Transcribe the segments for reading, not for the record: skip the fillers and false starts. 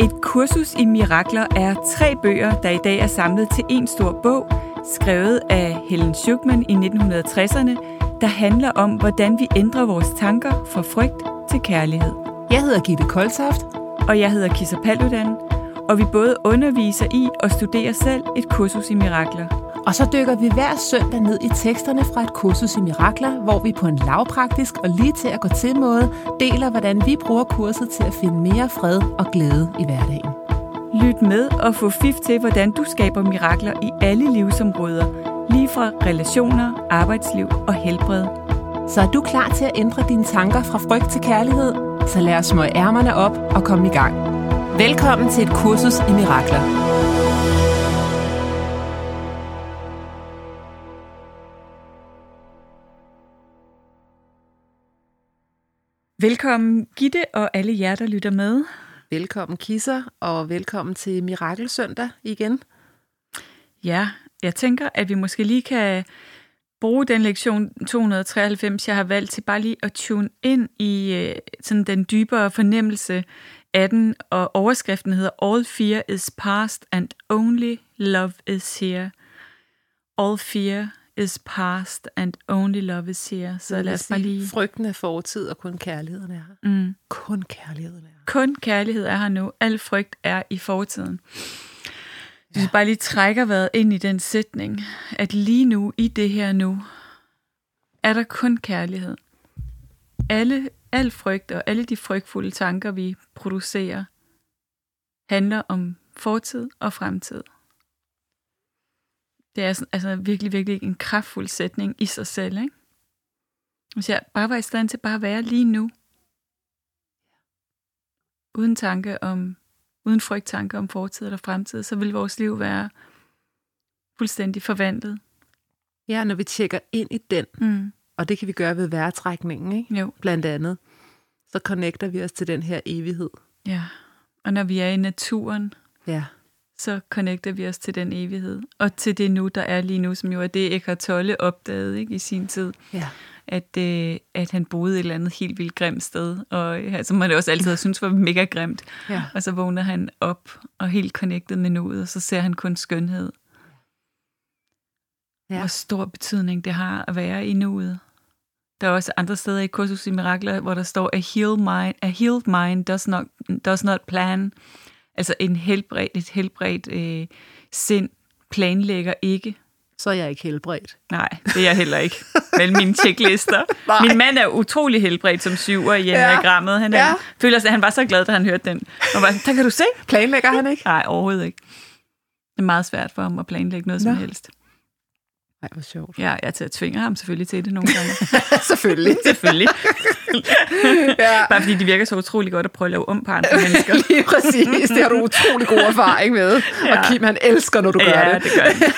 Et kursus i mirakler er 3 bøger, der i dag er samlet til en stor bog, skrevet af Helen Schucman i 1960'erne, der handler om, hvordan vi ændrer vores tanker fra frygt til kærlighed. Jeg hedder Gitte Koltoft. Og jeg hedder Kisser Paludan, og vi både underviser i og studerer selv et kursus i mirakler. Og så dykker vi hver søndag ned i teksterne fra et kursus i mirakler, hvor vi på en lavpraktisk og lige til at gå til måde deler, hvordan vi bruger kurset til at finde mere fred og glæde i hverdagen. Lyt med og få fif til, hvordan du skaber mirakler i alle livsområder, lige fra relationer, arbejdsliv og helbred. Så er du klar til at ændre dine tanker fra frygt til kærlighed? Så lad os smøge ærmerne op og komme i gang. Velkommen til et kursus i mirakler. Velkommen Gitte og alle jer, der lytter med. Velkommen Kisser, og velkommen til Mirakelsøndag igen. Ja, jeg tænker, at vi måske lige kan bruge den lektion 293, jeg har valgt til bare lige at tune ind i sådan den dybere fornemmelse af den, og overskriften hedder All fear is past and only love is here. All fear is past and only love is here. Så lad os bare lige... Frygten er fortid, og kun kærligheden er her. Kun kærligheden er her. Kun kærlighed er her nu. Al frygt er i fortiden. Hvis vi bare lige trækker vejret ind i den sætning, at lige nu, i det her nu, er der kun kærlighed. Al frygt og alle de frygtfulde tanker, vi producerer, handler om fortid og fremtid. Det er altså virkelig, virkelig en kraftfuld sætning i sig selv, ikke? Hvis jeg bare var i stand til bare at være lige nu, uden frygttanke om fortid eller fremtid, så vil vores liv være fuldstændig forvandlet. Ja, når vi tjekker ind i den, og det kan vi gøre ved vejrtrækningen, ikke? Jo. Blandt andet, så connecter vi os til den her evighed. Ja, og når vi er i naturen, så connecter vi os til den evighed, og til det nu, der er lige nu, som jo er det, Eckhart Tolle opdagede, ikke, i sin tid. Ja. At han boede et eller andet helt vildt grimt sted, og som man også altid har syntes var mega grimt. Ja. Og så vågner han op og helt connected med nuet, og så ser han kun skønhed. Ja. Hvor stor betydning det har at være i nuet. Der er også andre steder i kursus i mirakler, hvor der står, a healed mind does not plan. Altså et helbredt sind planlægger ikke. Så er jeg ikke helbredt. Nej, det er jeg heller ikke. Vel, mine checklister. Min mand er utrolig helbredt som 7'er i enagrammet. Han føler sig, han var så glad, da han hørte den. Og var sådan, kan du se? Planlægger han ikke? Nej, overhovedet ikke. Det er meget svært for ham at planlægge noget som helst. Nej, hvor sjovt. Ja, jeg tvinger ham selvfølgelig til det nogle gange. Selvfølgelig. Bare fordi de virker så utrolig godt at prøve at lave om på andre mennesker. Lige præcis. Det har du utrolig god erfaring med. Og Kim, han elsker, når du gør det. Ja, det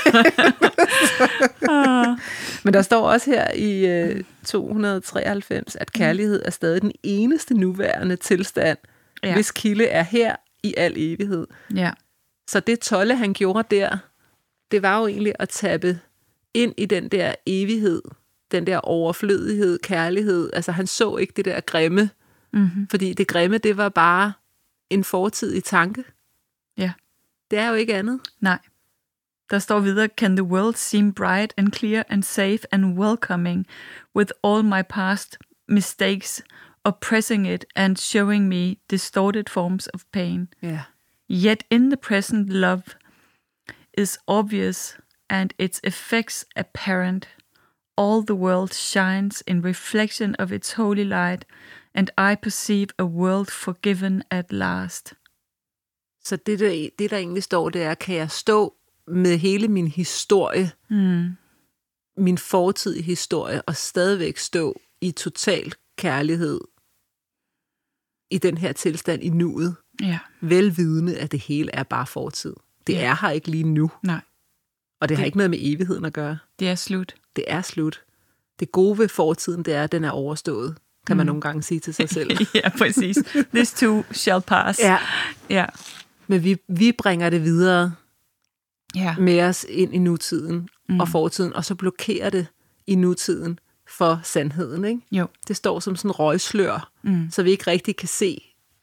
gør han. Men der står også her i 293, at kærlighed er stadig den eneste nuværende tilstand, hvis kilde er her i al evighed. Ja. Så det Tolle, han gjorde der, det var jo egentlig at tappe ind i den der evighed, den der overflødighed, kærlighed. Altså han så ikke det der grimme, fordi det grimme, det var bare en fortidig tanke. Ja. Det er jo ikke andet. Nej. Der står videre, can the world seem bright and clear and safe and welcoming with all my past mistakes oppressing it and showing me distorted forms of pain. Yeah. Yet in the present love is obvious and its effects apparent. All the world shines in reflection of its holy light, and I perceive a world forgiven at last. Så det der egentlig står, det er, kan jeg stå med hele min historie, min fortidige historie, og stadigvæk stå i total kærlighed i den her tilstand i nuet. Ja. Velvidende, at det hele er bare fortid. Det er her ikke lige nu. Nej. Og det har ikke noget med evigheden at gøre. Det er slut. Det er slut. Det gode ved fortiden, det er, at den er overstået. Kan man nogle gange sige til sig selv. Ja, præcis. This too shall pass. Ja. Men vi bringer det videre med os ind i nutiden og fortiden, og så blokerer det i nutiden for sandheden, ikke? Jo. Det står som sådan en røgslør, så vi ikke rigtig kan se,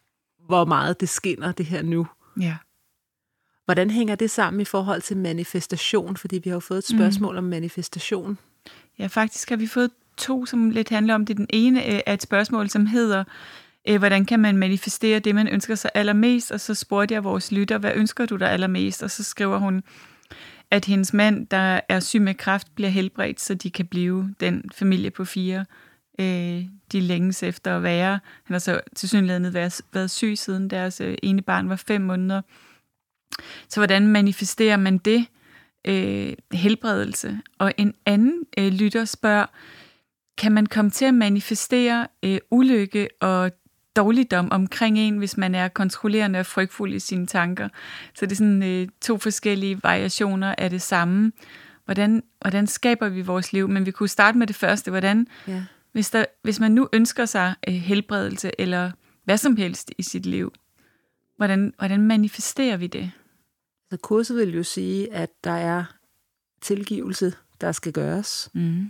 hvor meget det skinner, det her nu. Ja. Hvordan hænger det sammen i forhold til manifestation? Fordi vi har jo fået et spørgsmål om manifestation. Ja, faktisk har vi fået 2, som lidt handler om det. Den ene er et spørgsmål, som hedder, hvordan kan man manifestere det, man ønsker sig allermest? Og så spurgte jeg vores lytter, hvad ønsker du dig allermest? Og så skriver hun, at hendes mand, der er syg med kræft, bliver helbredt, så de kan blive den familie på 4, de længes efter at være. Han har så tilsyneladende været syg, siden deres ene barn var 5 måneder. Så hvordan manifesterer man det? Helbredelse. Og en anden lytter spørger, kan man komme til at manifestere ulykke og dårligdom omkring en, hvis man er kontrollerende og frygtfuld i sine tanker? Så det er sådan 2 forskellige variationer af det samme. Hvordan skaber vi vores liv? Men vi kunne starte med det første. Hvis man nu ønsker sig helbredelse eller hvad som helst i sit liv, hvordan manifesterer vi det? Så kurset vil jo sige, at der er tilgivelse, der skal gøres.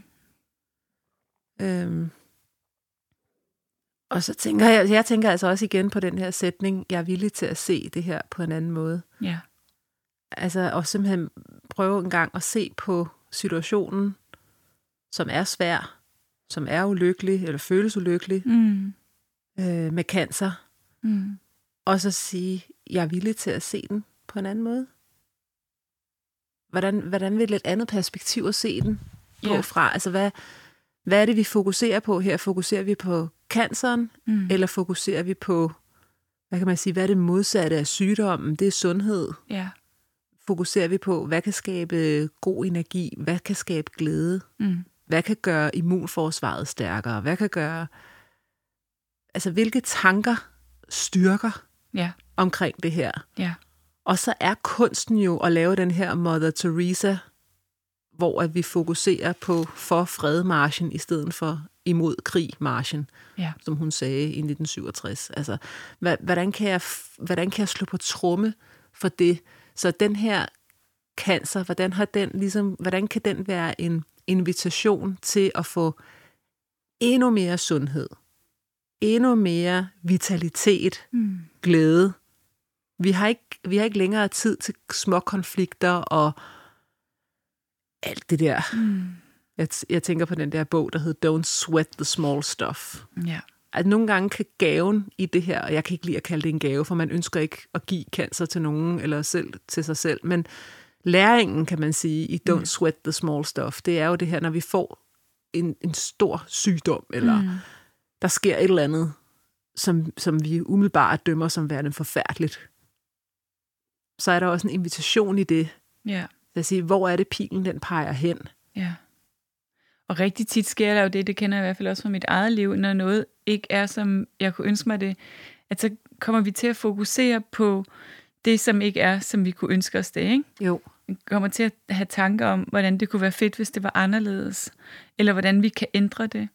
Og så tænker jeg tænker altså også igen på den her sætning, jeg er villig til at se det her på en anden måde. Ja. Altså og simpelthen prøve en gang at se på situationen, som er svær, som er ulykkelig, eller føles ulykkelig, med cancer. Og så sige, jeg er villig til at se den på en anden måde. Hvordan vil et andet perspektiv at se den på fra? Altså hvad er det, vi fokuserer på her? Fokuserer vi på canceren, eller fokuserer vi på, hvad kan man sige, hvad er det modsatte af sygdommen? Det er sundhed. Ja. Fokuserer vi på, hvad kan skabe god energi? Hvad kan skabe glæde? Hvad kan gøre immunforsvaret stærkere? Hvad kan gøre... Altså, hvilke tanker styrker omkring det her? Ja. Og så er kunsten jo at lave den her Mother Teresa, hvor at vi fokuserer på for fredmarchen i stedet for imod krig-marchen, som hun sagde i 1967. Altså, hvordan kan jeg slå på tromme for det? Så den her cancer, hvordan kan den være en invitation til at få endnu mere sundhed, endnu mere vitalitet, glæde. Vi har ikke længere tid til små konflikter og alt det der. Jeg tænker på den der bog, der hedder Don't Sweat the Small Stuff. Ja. At nogle gange kan gaven i det her, og jeg kan ikke lide at kalde det en gave, for man ønsker ikke at give cancer til nogen, eller selv til sig selv, men læringen, kan man sige, i Don't Sweat the Small Stuff, det er jo det her, når vi får en stor sygdom, eller der sker et eller andet, som vi umiddelbart dømmer som værende forfærdeligt. Så er der også en invitation i det. Ja. At sige, hvor er det pilen, den peger hen? Ja. Og rigtig tit sker der jo det kender jeg i hvert fald også fra mit eget liv, når noget ikke er, som jeg kunne ønske mig det, at så kommer vi til at fokusere på det, som ikke er, som vi kunne ønske os det, ikke? Jo. Vi kommer til at have tanker om, hvordan det kunne være fedt, hvis det var anderledes, eller hvordan vi kan ændre det,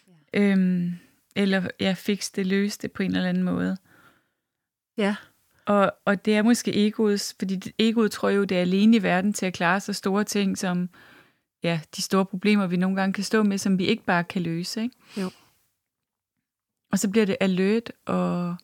eller fikse det, løse det på en eller anden måde. Ja. Og det er måske egoet, fordi egoet tror jo, det er alene i verden til at klare så store ting, som de store problemer, vi nogle gange kan stå med, som vi ikke bare kan løse, ikke? Jo. Og så bliver det alert og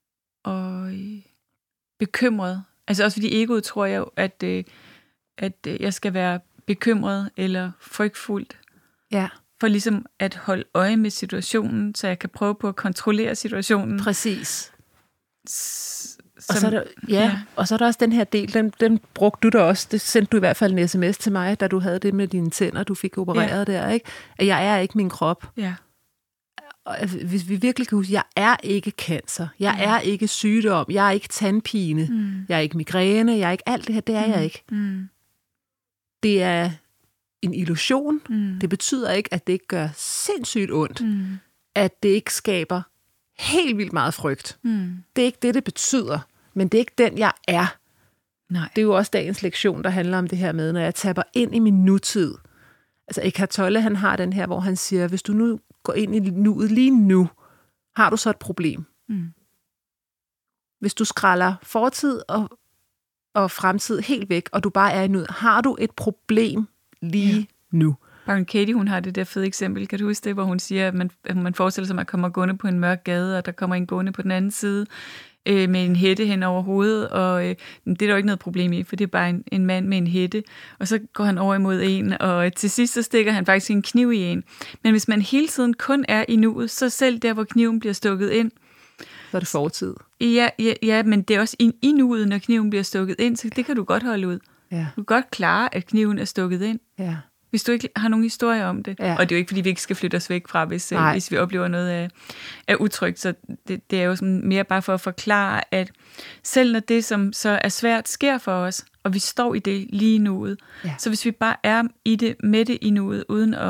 bekymret. Altså også fordi egoet tror jeg jo, at jeg skal være bekymret eller frygtfuldt. Ja. For ligesom at holde øje med situationen, så jeg kan prøve på at kontrollere situationen. Og så er der, og så er der også den her del, den brugte du da også, det sendte du i hvert fald en sms til mig, da du havde det med dine tænder, du fik opereret der, ikke? At jeg er ikke min krop. Ja. Og hvis vi virkelig kan huske, jeg er ikke cancer, jeg er ikke sygdom, jeg er ikke tandpine, jeg er ikke migræne, jeg er ikke alt det her, det er jeg ikke. Det er en illusion. Det betyder ikke, at det ikke gør sindssygt ondt, at det ikke skaber helt vildt meget frygt. Det er ikke det betyder, men det er ikke den, jeg er. Nej. Det er jo også dagens lektion, der handler om det her med, når jeg tapper ind i min nutid. Altså Eckhart Tolle, han har den her, hvor han siger, hvis du nu går ind i nuet lige nu, har du så et problem. Hvis du skræller fortid og fremtid helt væk, og du bare er i nuet, har du et problem lige nu. Byron Katie, hun har det der fede eksempel, kan du huske det, hvor hun siger, at man forestiller sig, at man kommer gående på en mørk gade, og der kommer en gående på den anden side, med en hætte hen over hovedet, og det er der jo ikke noget problem i, for det er bare en mand med en hætte, og så går han over imod en, og til sidst så stikker han faktisk en kniv i en. Men hvis man hele tiden kun er i nuet, så selv der, hvor kniven bliver stukket ind, så er det fortid. Ja, men det er også i nuet, når kniven bliver stukket ind, så det kan du godt holde ud. Ja. Du kan godt klare, at kniven er stukket ind. Ja. Hvis du ikke har nogen historie om det. Ja. Og det er jo ikke, fordi vi ikke skal flytte os væk fra, hvis vi oplever noget af utrygt. Så det er jo sådan mere bare for at forklare, at selv når det, som så er svært, sker for os, og vi står i det lige nuet, så hvis vi bare er i det, med det i nuet,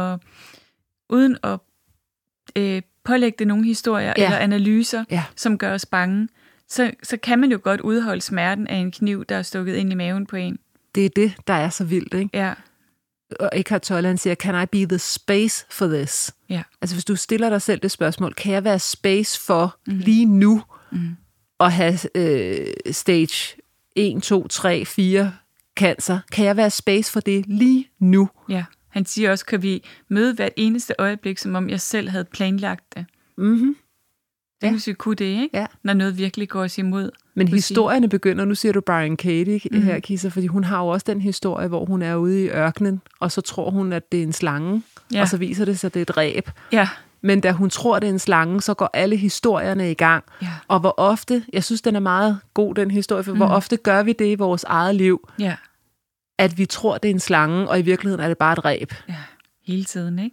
uden at pålægge det nogle historier eller analyser, som gør os bange, så kan man jo godt udholde smerten af en kniv, der er stukket ind i maven på en. Det er det, der er så vildt, ikke? Ja. Og Eckhart Tolle, han siger, can I be the space for this? Ja. Altså, hvis du stiller dig selv det spørgsmål, kan jeg være space for lige nu at have stage 1, 2, 3, 4 cancer? Kan jeg være space for det lige nu? Ja. Han siger også, kan vi møde hvert eneste øjeblik, som om jeg selv havde planlagt det. Mhm. Ja. Hvis vi kunne det, ikke? Ja. Når noget virkelig går os imod. Men historierne begynder, nu siger du Byron Katie her, Kisser, fordi hun har jo også den historie, hvor hun er ude i ørkenen, og så tror hun, at det er en slange, og så viser det sig, at det er et ræb. Ja. Men da hun tror, det er en slange, så går alle historierne i gang. Ja. Og hvor ofte, jeg synes, den er meget god, den historie, for hvor ofte gør vi det i vores eget liv, at vi tror, det er en slange, og i virkeligheden er det bare et ræb. Ja, hele tiden, ikke?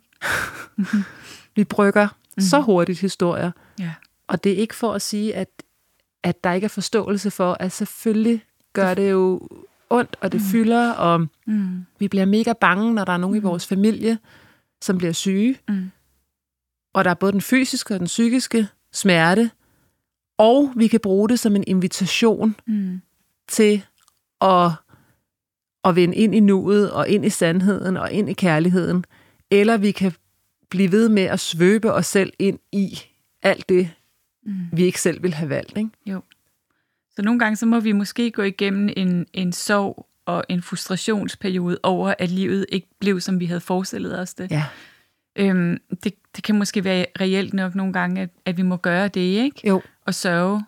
Vi brygger så hurtigt historier. Ja. Og det er ikke for at sige, at der ikke er forståelse for, at selvfølgelig gør det jo ondt, og det fylder, og vi bliver mega bange, når der er nogen i vores familie, som bliver syge. Og der er både den fysiske og den psykiske smerte, og vi kan bruge det som en invitation til at vende ind i nuet, og ind i sandheden, og ind i kærligheden. Eller vi kan blive ved med at svøbe os selv ind i alt det, vi ikke selv vil have valgt, ikke? Jo. Så nogle gange, så må vi måske gå igennem en sorg og en frustrationsperiode over, at livet ikke blev, som vi havde forestillet os det. Ja. Det kan måske være reelt nok nogle gange, at vi må gøre det, ikke? Jo. Og sørge.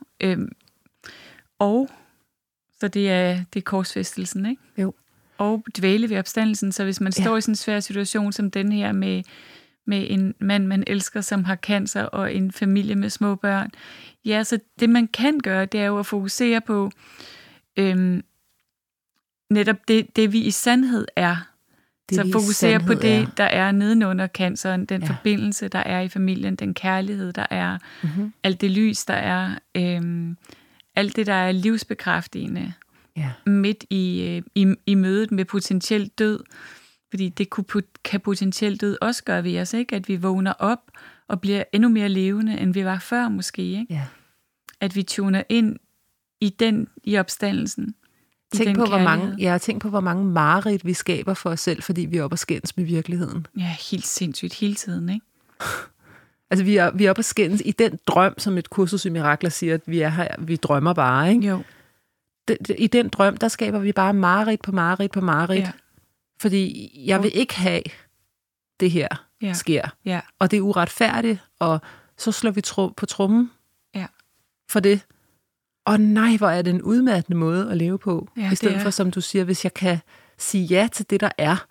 Og så det er korsfæstelsen, ikke? Jo. Og dvæle ved opstandelsen, så hvis man står i sådan en svær situation som den her med en mand, man elsker, som har cancer, og en familie med små børn. Ja, så det man kan gøre, det er jo at fokusere på netop det vi i sandhed er. Så fokusere på det, der er nedenunder canceren, den forbindelse, der er i familien, den kærlighed, der er, alt det lys, der er, alt det, der er livsbekræftende, midt i mødet med potentiel død. Fordi det kan potentielt død også gøre ved os, ikke? At vi vågner op og bliver endnu mere levende, end vi var før måske. Ikke? Ja. At vi tuner ind i opstandelsen. Tænk på, hvor mange mareridt vi skaber for os selv, fordi vi er oppe og skændes med virkeligheden. Ja, helt sindssygt hele tiden, ikke? Altså, vi er oppe og skændes i den drøm, som et kursus i mirakler siger, at vi er her, vi drømmer bare, ikke? Jo. I den drøm, der skaber vi bare mareridt på mareridt på mareridt. Ja. Fordi jeg vil ikke have, det her sker. Ja. Og det er uretfærdigt, og så slår vi på trommen for det. Og nej, hvor er det en udmattende måde at leve på. I stedet for, som du siger, hvis jeg kan sige ja til det, der er.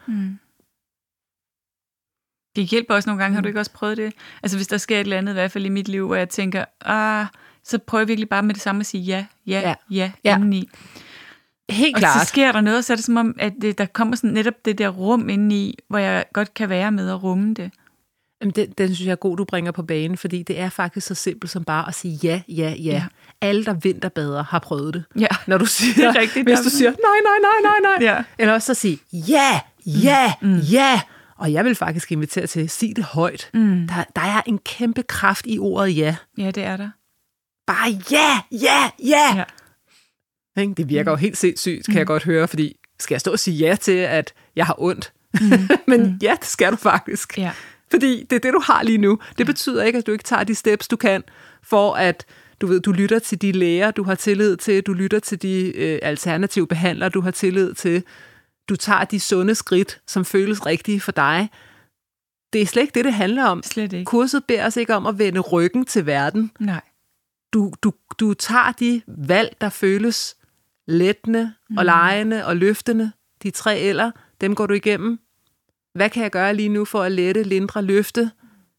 Det hjælper også nogle gange. Har du ikke også prøvet det? Altså hvis der sker et eller andet, i hvert fald i mit liv, hvor jeg tænker, så prøver jeg virkelig bare med det samme at sige ja indeni. Helt og klart. Så sker der noget, og så er det som om, at der kommer sådan netop det der rum indeni, hvor jeg godt kan være med at rumme det. Jamen, den synes jeg er god, du bringer på banen, fordi det er faktisk så simpelt som bare at sige ja. Alle, der vinterbader, har prøvet det. Ja, når du siger, det er rigtigt. Hvis du siger nej. Ja. Eller også så sige ja. Og jeg vil faktisk invitere til at sige det højt. Der er en kæmpe kraft i ordet ja. Ja, det er der. Bare ja. Det virker jo helt sindssygt, kan jeg godt høre, fordi skal jeg stå og sige ja til, at jeg har ondt? Men ja, det skal du faktisk. Ja. Fordi det er det, du har lige nu. Det betyder ikke, at du ikke tager de steps, du kan, for at du lytter til de læger, du har tillid til, du lytter til de alternative behandlere, du har tillid til, du tager de sunde skridt, som føles rigtige for dig. Det er slet ikke det handler om. Slet ikke. Kurset beder os ikke om at vende ryggen til verden. Nej. du tager de valg, der føles lettende og legende og løftende, de 3 eller, dem går du igennem. Hvad kan jeg gøre lige nu for at lette, lindre, løfte?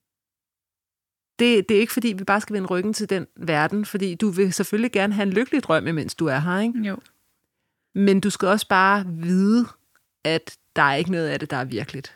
Det er ikke, fordi vi bare skal vende ryggen til den verden, fordi du vil selvfølgelig gerne have en lykkelig drøm, mens du er her, ikke? Jo. Men du skal også bare vide, at der er ikke noget af det, der er virkeligt.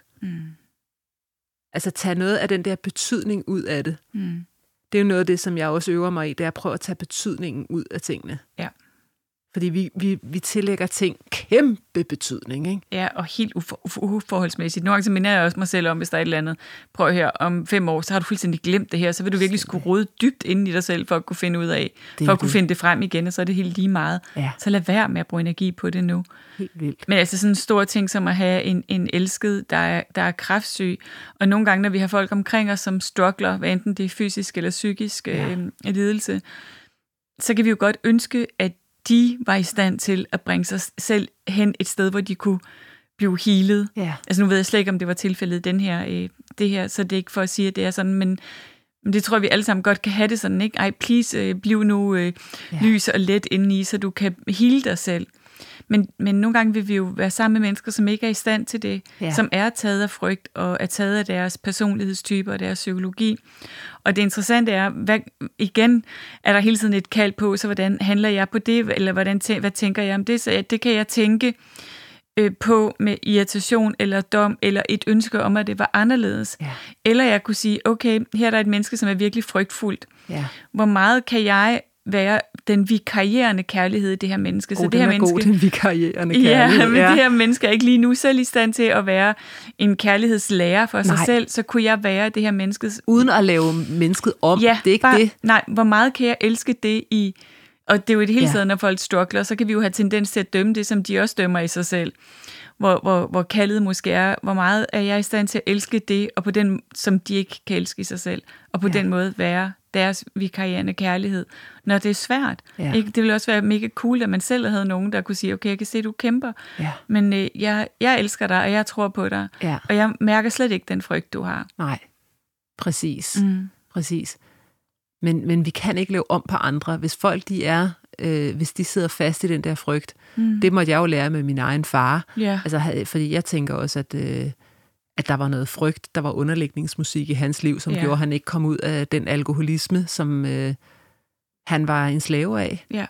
Altså tage noget af den der betydning ud af det. Det er jo noget af det, som jeg også øver mig i, det er at prøve at tage betydningen ud af tingene. Ja. Fordi vi tillægger ting kæmpe betydning, ikke? Ja, og helt uforholdsmæssigt. Nogle gange så minder jeg også mig selv om, hvis der er et eller andet. Prøv at høre, om 5 år, så har du fuldstændig glemt det her, så vil du virkelig skulle rode dybt ind i dig selv, for at kunne finde ud af, for at kunne finde det frem igen, og så er det helt lige meget. Ja. Så lad være med at bruge energi på det nu. Helt vildt. Men altså sådan en stor ting som at have en elsket, der er kræftsyg, og nogle gange, når vi har folk omkring os, som struggler, hvad enten det er fysisk eller psykisk lidelse, så kan vi jo godt ønske, at de var i stand til at bringe sig selv hen et sted, hvor de kunne blive healet. Yeah. Altså nu ved jeg slet ikke, om det var tilfældet det her, så det er ikke for at sige, at det er sådan, men det tror jeg, vi alle sammen godt kan have det sådan, ikke? Ej, please, bliv nu lys og let indeni, så du kan heale dig selv. Men nogle gange vil vi jo være sammen med mennesker, som ikke er i stand til det, som er taget af frygt, og er taget af deres personlighedstyper og deres psykologi. Og det interessante er, igen er der hele tiden et kald på, så hvordan handler jeg på det, eller hvad tænker jeg om det? Så det kan jeg tænke på med irritation eller dom, eller et ønske om, at det var anderledes. Ja. Eller jeg kunne sige, okay, her er der et menneske, som er virkelig frygtfuldt. Ja. Hvor meget kan jeg være den vikarierende kærlighed i det her menneske? Så det her menneske, den vikarierende kærlighed. Ja, men det her menneske er ikke lige nu selv i stand til at være en kærlighedslærer for sig selv, så kunne jeg være det her menneskes... Uden at lave mennesket om, det er ikke bare, det. Nej, hvor meget kan jeg elske det i... Og det er jo i det hele taget, når folk struggler, så kan vi jo have tendens til at dømme det, som de også dømmer i sig selv. Hvor kaldet måske er, hvor meget er jeg i stand til at elske det, og på den, som de ikke kan elske i sig selv, og på den måde være deres vikarierende kærlighed, når det er svært. Ja. Ikke? Det ville også være mega cool, at man selv havde nogen, der kunne sige, okay, jeg kan se, at du kæmper, men jeg elsker dig, og jeg tror på dig, og jeg mærker slet ikke den frygt, du har. Nej, præcis. Præcis. Men vi kan ikke lave om på andre. Hvis folk hvis de sidder fast i den der frygt, det måtte jeg jo lære med min egen far. Yeah. Altså, fordi jeg tænker også, at der var noget frygt, der var underlægningsmusik i hans liv, som gjorde, at han ikke kom ud af den alkoholisme, som han var en slave af. Yeah.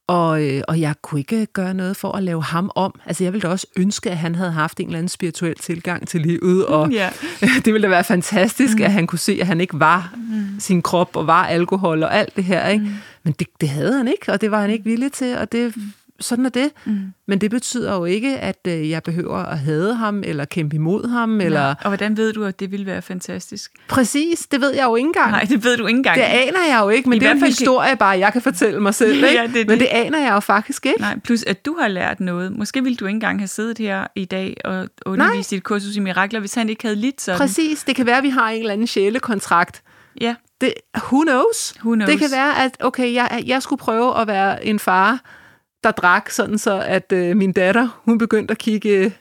Og jeg kunne ikke gøre noget for at lave ham om. Altså, jeg ville da også ønske, at han havde haft en eller anden spirituel tilgang til livet, og det ville da være fantastisk, at han kunne se, at han ikke var sin krop, og var alkohol og alt det her, ikke? Men det havde han ikke, og det var han ikke villig til, og sådan er det. Men det betyder jo ikke, at jeg behøver at hade ham, eller kæmpe imod ham. Eller... Og hvordan ved du, at det ville være fantastisk? Præcis, det ved jeg jo ikke engang. Nej, det ved du ikke engang. Det aner jeg jo ikke, men det er en historie bare, jeg kan fortælle mig selv. Ikke? Men det aner jeg jo faktisk ikke. Nej, plus at du har lært noget. Måske ville du ikke engang have siddet her i dag og undervist dit kursus i mirakler, hvis han ikke havde lidt sådan. Præcis, det kan være, at vi har en eller anden sjælekontrakt. Ja. Who knows? Det kan være, at okay, jeg skulle prøve at være en far, der drak, sådan så at min datter, hun begyndte at kigge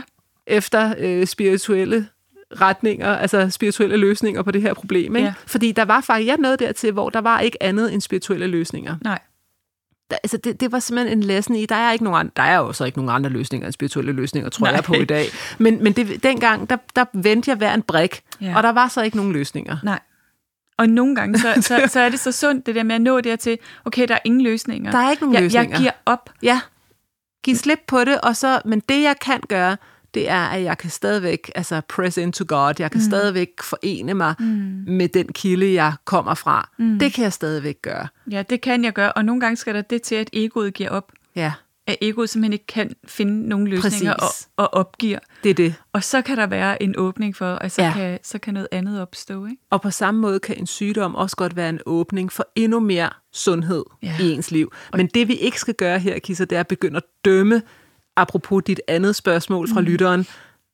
efter spirituelle retninger, altså spirituelle løsninger på det her problem. Ikke? Ja. Fordi der var faktisk, jeg nåede dertil, hvor der var ikke andet end spirituelle løsninger. Nej. Altså det var simpelthen en lesson i, der er jo så ikke nogen andre løsninger end spirituelle løsninger, tror jeg på i dag. Men dengang, der vendte jeg hver en brik, og der var så ikke nogen løsninger. Nej. Og nogle gange, så er det så sundt, det der med at nå dertil, okay, der er ingen løsninger. Der er ikke nogen løsninger. Jeg giver op. Ja, giv slip på det, men det jeg kan gøre, det er, at jeg kan stadigvæk press into God, jeg kan stadigvæk forene mig med den kilde, jeg kommer fra. Det kan jeg stadigvæk gøre. Ja, det kan jeg gøre, og nogle gange skal der det til, at egoet giver op. Ja. At egoet simpelthen ikke kan finde nogle løsninger og opgiver. Det er det. Og så kan der være en åbning for, at så kan noget andet opstå. Ikke? Og på samme måde kan en sygdom også godt være en åbning for endnu mere sundhed i ens liv. Men det vi ikke skal gøre her, Kisser, det er at begynde at dømme, apropos dit andet spørgsmål fra lytteren,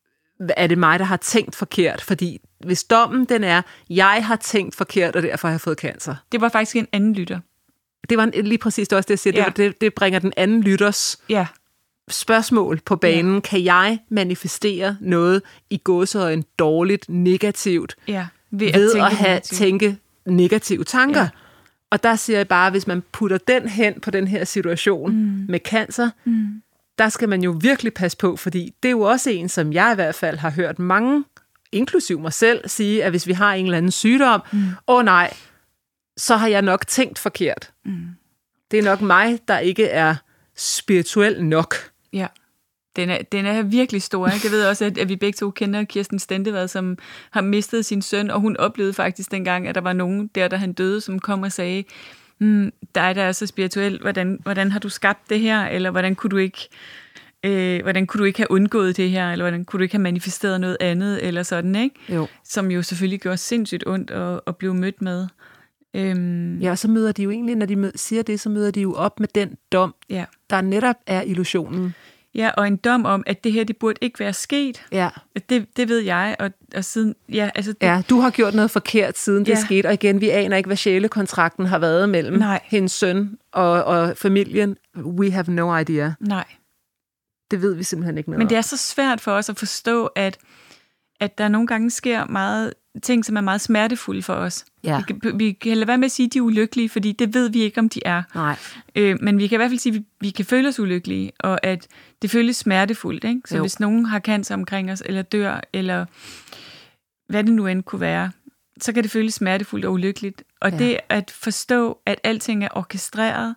er det mig, der har tænkt forkert? Fordi hvis dommen den er, jeg har tænkt forkert, og derfor har jeg fået cancer. Det var faktisk en anden lytter. Det var lige præcis det også, det jeg siger. Det bringer den anden lytters spørgsmål på banen. Ja. Kan jeg manifestere noget i gåseøjne dårligt, negativt, ved at tænke negative tanker? Ja. Og der siger jeg bare, hvis man putter den hen på den her situation med cancer, der skal man jo virkelig passe på, fordi det er jo også en, som jeg i hvert fald har hørt mange, inklusiv mig selv, sige, at hvis vi har en eller anden sygdom, nej, så har jeg nok tænkt forkert. Det er nok mig, der ikke er spirituel nok. Ja, den er virkelig stor. Ikke? Jeg ved også, at vi begge to kender Kirsten Stendevad, som har mistet sin søn, og hun oplevede faktisk dengang, at der var nogen der, da han døde, som kom og sagde, dig, der er så spirituel, hvordan har du skabt det her, eller hvordan kunne du ikke have undgået det her, eller hvordan kunne du ikke have manifesteret noget andet, eller sådan, ikke? Jo. Som jo selvfølgelig gjorde sindssygt ondt at blive mødt med. Ja, og så møder de jo egentlig, når de siger det, så møder de jo op med den dom, der netop er illusionen. Ja, og en dom om, at det her, det burde ikke være sket. Ja. Det ved jeg, og siden... Ja, altså du har gjort noget forkert, siden det skete, og igen, vi aner ikke, hvad sjælekontrakten har været mellem hendes søn og familien. We have no idea. Nej. Det ved vi simpelthen ikke noget Men det er så svært for os at forstå, at der nogle gange sker meget ting, som er meget smertefulde for os. Ja. Vi kan lade være med at sige, at de er ulykkelige, fordi det ved vi ikke, om de er. Nej. Men vi kan i hvert fald sige, at vi kan føle os ulykkelige, og at det føles smertefuldt. Ikke? Så hvis nogen har cancer omkring os, eller dør, eller hvad det nu end kunne være, så kan det føles smertefuldt og ulykkeligt. Og det at forstå, at alting er orkestreret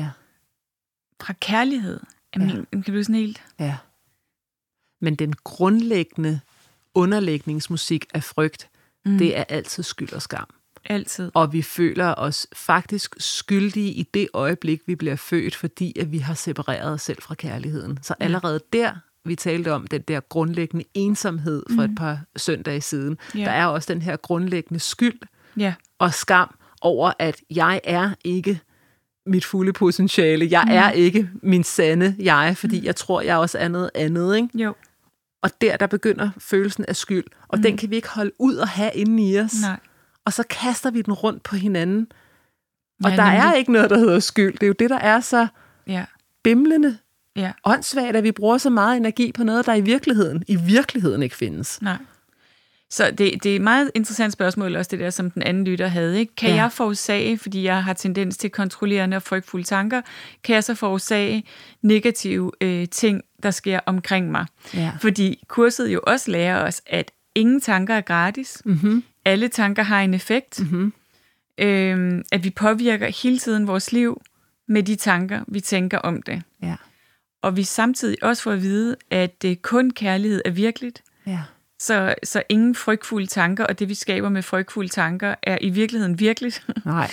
fra kærlighed, kan blive sådan helt... Ja. Men den grundlæggende underlægningsmusik af frygt, det er altid skyld og skam. Altid. Og vi føler os faktisk skyldige i det øjeblik, vi bliver født, fordi at vi har separeret os selv fra kærligheden. Så allerede der, vi talte om den der grundlæggende ensomhed for et par søndage siden, der er også den her grundlæggende skyld og skam over, at jeg er ikke mit fulde potentiale. Jeg er ikke min sande jeg, fordi jeg tror, jeg også er noget andet, ikke? Jo. Og der begynder følelsen af skyld. Og den kan vi ikke holde ud og have inde i os. Nej. Og så kaster vi den rundt på hinanden. Og der er ikke noget, der hedder skyld. Det er jo det, der er så bimlende åndssvagt, at vi bruger så meget energi på noget, der i virkeligheden ikke findes. Nej. Så det er et meget interessant spørgsmål, også det der, som den anden lytter havde. Ikke? Kan jeg forårsage, fordi jeg har tendens til kontrollerende og frygtfulde tanker, kan jeg så forårsage negative ting, der sker omkring mig? Ja. Fordi kurset jo også lærer os, at ingen tanker er gratis. Mm-hmm. Alle tanker har en effekt. Mm-hmm. At vi påvirker hele tiden vores liv med de tanker, vi tænker om det. Ja. Og vi samtidig også får at vide, at kun kærlighed er virkeligt. Ja. Så ingen frygtfulde tanker, og det vi skaber med frygtfulde tanker, er i virkeligheden virkeligt. Nej.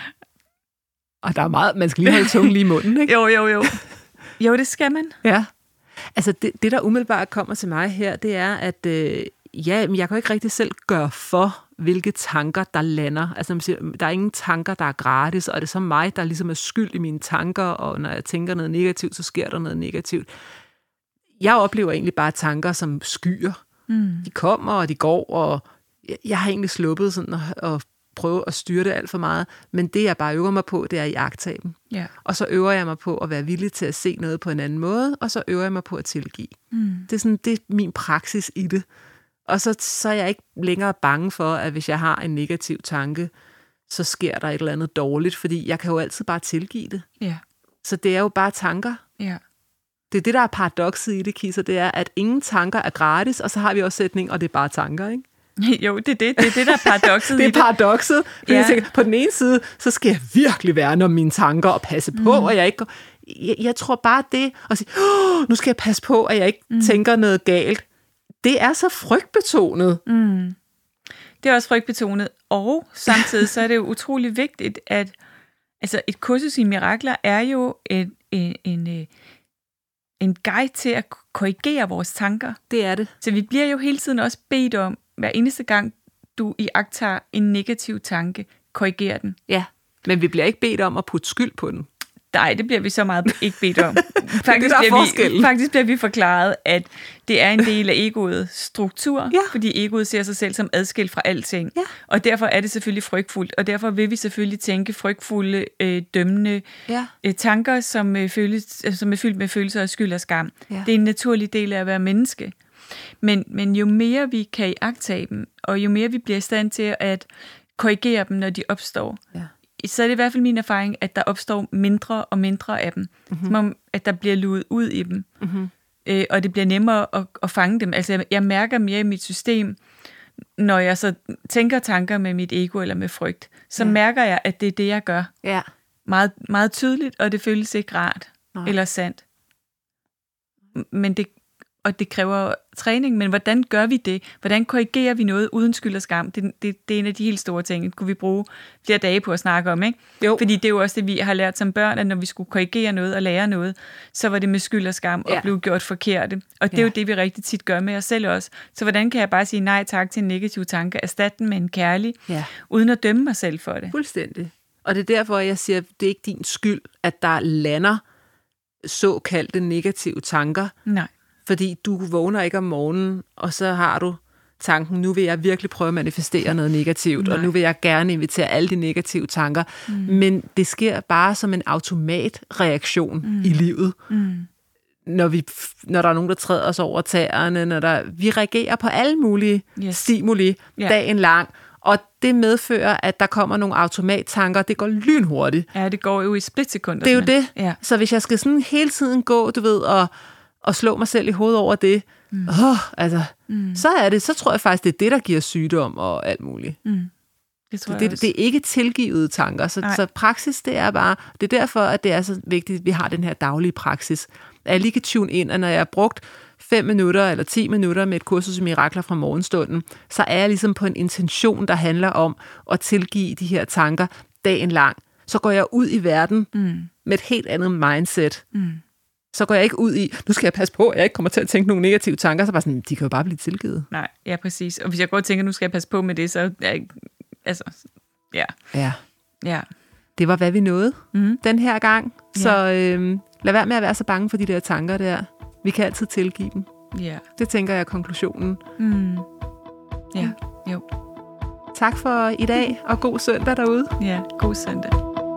Og der er meget, man skal lige holde tungen lige i munden, ikke? Jo. Jo, det skal man. Ja. Altså det der umiddelbart kommer til mig her, det er, at jeg kan jo ikke rigtig selv gøre for, hvilke tanker, der lander. Altså man siger, der er ingen tanker, der er gratis, og det er så mig, der ligesom er skyld i mine tanker, og når jeg tænker noget negativt, så sker der noget negativt. Jeg oplever egentlig bare tanker som skyer. De kommer, og de går, og jeg har egentlig sluppet sådan at prøve at styre det alt for meget. Men det, jeg bare øver mig på, det er at iagttage dem. Ja. Og så øver jeg mig på at være villig til at se noget på en anden måde, og så øver jeg mig på at tilgive. Det er min praksis i det. Og så er jeg ikke længere bange for, at hvis jeg har en negativ tanke, så sker der et eller andet dårligt, fordi jeg kan jo altid bare tilgive det. Ja. Så det er jo bare tanker. Ja. Det er det, der er paradokset i det, Kisser, det er, at ingen tanker er gratis, og så har vi også sætning, og det er bare tanker, ikke? Jo, det er det, der er paradokset. Det er paradokset. Ja. Jeg tænker, på den ene side, så skal jeg virkelig værne om mine tanker og passe på, og jeg ikke... Jeg tror bare det, og sige, nu skal jeg passe på, at jeg ikke tænker noget galt. Det er så frygtbetonet. Det er også frygtbetonet, og samtidig så er det jo utrolig vigtigt, at altså et kursus i mirakler er jo en guide til at korrigere vores tanker. Det er det. Så vi bliver jo hele tiden også bedt om, hver eneste gang du iagttager en negativ tanke, korrigere den. Ja, men vi bliver ikke bedt om at putte skyld på den. Nej, det bliver vi så meget ikke bedt om. Faktisk bliver vi forklaret, at det er en del af egoets struktur, fordi egoet ser sig selv som adskilt fra alting. Ja. Og derfor er det selvfølgelig frygtfuldt, og derfor vil vi selvfølgelig tænke frygtfulde, dømmende tanker, som er fyldt med følelser af skyld og skam. Ja. Det er en naturlig del af at være menneske. Men jo mere vi kan iagttage dem, og jo mere vi bliver i stand til at korrigere dem, når de opstår, så er det i hvert fald min erfaring, at der opstår mindre og mindre af dem. Som om, at der bliver luet ud i dem. Og det bliver nemmere at fange dem. Altså, jeg mærker mere i mit system, når jeg så tænker tanker med mit ego eller med frygt, så mærker jeg, at det er det, jeg gør. Ja. Meget, meget tydeligt, og det føles ikke rart eller sandt. Men det kræver træning, men hvordan gør vi det? Hvordan korrigerer vi noget uden skyld og skam? Det er en af de helt store ting. Det kunne vi bruge flere dage på at snakke om, ikke? Jo. Fordi det er jo også det, vi har lært som børn, at når vi skulle korrigere noget og lære noget, så var det med skyld og skam og blev gjort forkerte. Og det er jo det, vi rigtig tit gør med os selv også. Så hvordan kan jeg bare sige nej tak til en negativ tanke, erstatte den med en kærlig, uden at dømme mig selv for det? Fuldstændig. Og det er derfor, jeg siger, det er ikke din skyld, at der lander såkaldte negative tanker. Nej. Fordi du vågner ikke om morgenen, og så har du tanken, nu vil jeg virkelig prøve at manifestere noget negativt, og nu vil jeg gerne invitere alle de negative tanker. Men det sker bare som en automatreaktion i livet. Når der er nogen, der træder os over tæerne, vi reagerer på alle mulige stimuli dagen lang, og det medfører, at der kommer nogle automattanker. Det går lynhurtigt. Ja, det går jo i splitsekunder. Det er jo det. Ja. Så hvis jeg skal sådan hele tiden gå, du ved, og slå mig selv i hovedet over det, så tror jeg faktisk, det er det, der giver sygdom og alt muligt. Det er ikke tilgivede tanker. Så praksis, det er bare, det er derfor, at det er så vigtigt, at vi har den her daglige praksis. At jeg lige kan tune ind, at når jeg har brugt 5 minutter eller 10 minutter med et kursus i mirakler fra morgenstunden, så er jeg ligesom på en intention, der handler om at tilgive de her tanker dagen lang. Så går jeg ud i verden med et helt andet mindset. Så går jeg ikke ud i, nu skal jeg passe på, at jeg ikke kommer til at tænke nogle negative tanker, så bare sådan, de kan jo bare blive tilgivet. Nej, ja, præcis. Og hvis jeg går og tænker, nu skal jeg passe på med det, så Ja. Det var, hvad vi nåede den her gang. Så lad være med at være så bange for de der tanker der. Vi kan altid tilgive dem. Ja. Det tænker jeg er konklusionen. Ja, jo. Tak for i dag, og god søndag derude. Ja, god søndag.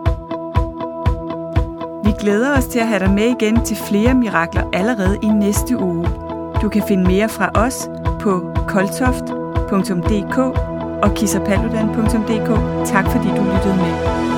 Vi glæder os til at have dig med igen til flere mirakler allerede i næste uge. Du kan finde mere fra os på koltoft.dk og kissapaludan.dk. Tak fordi du lyttede med.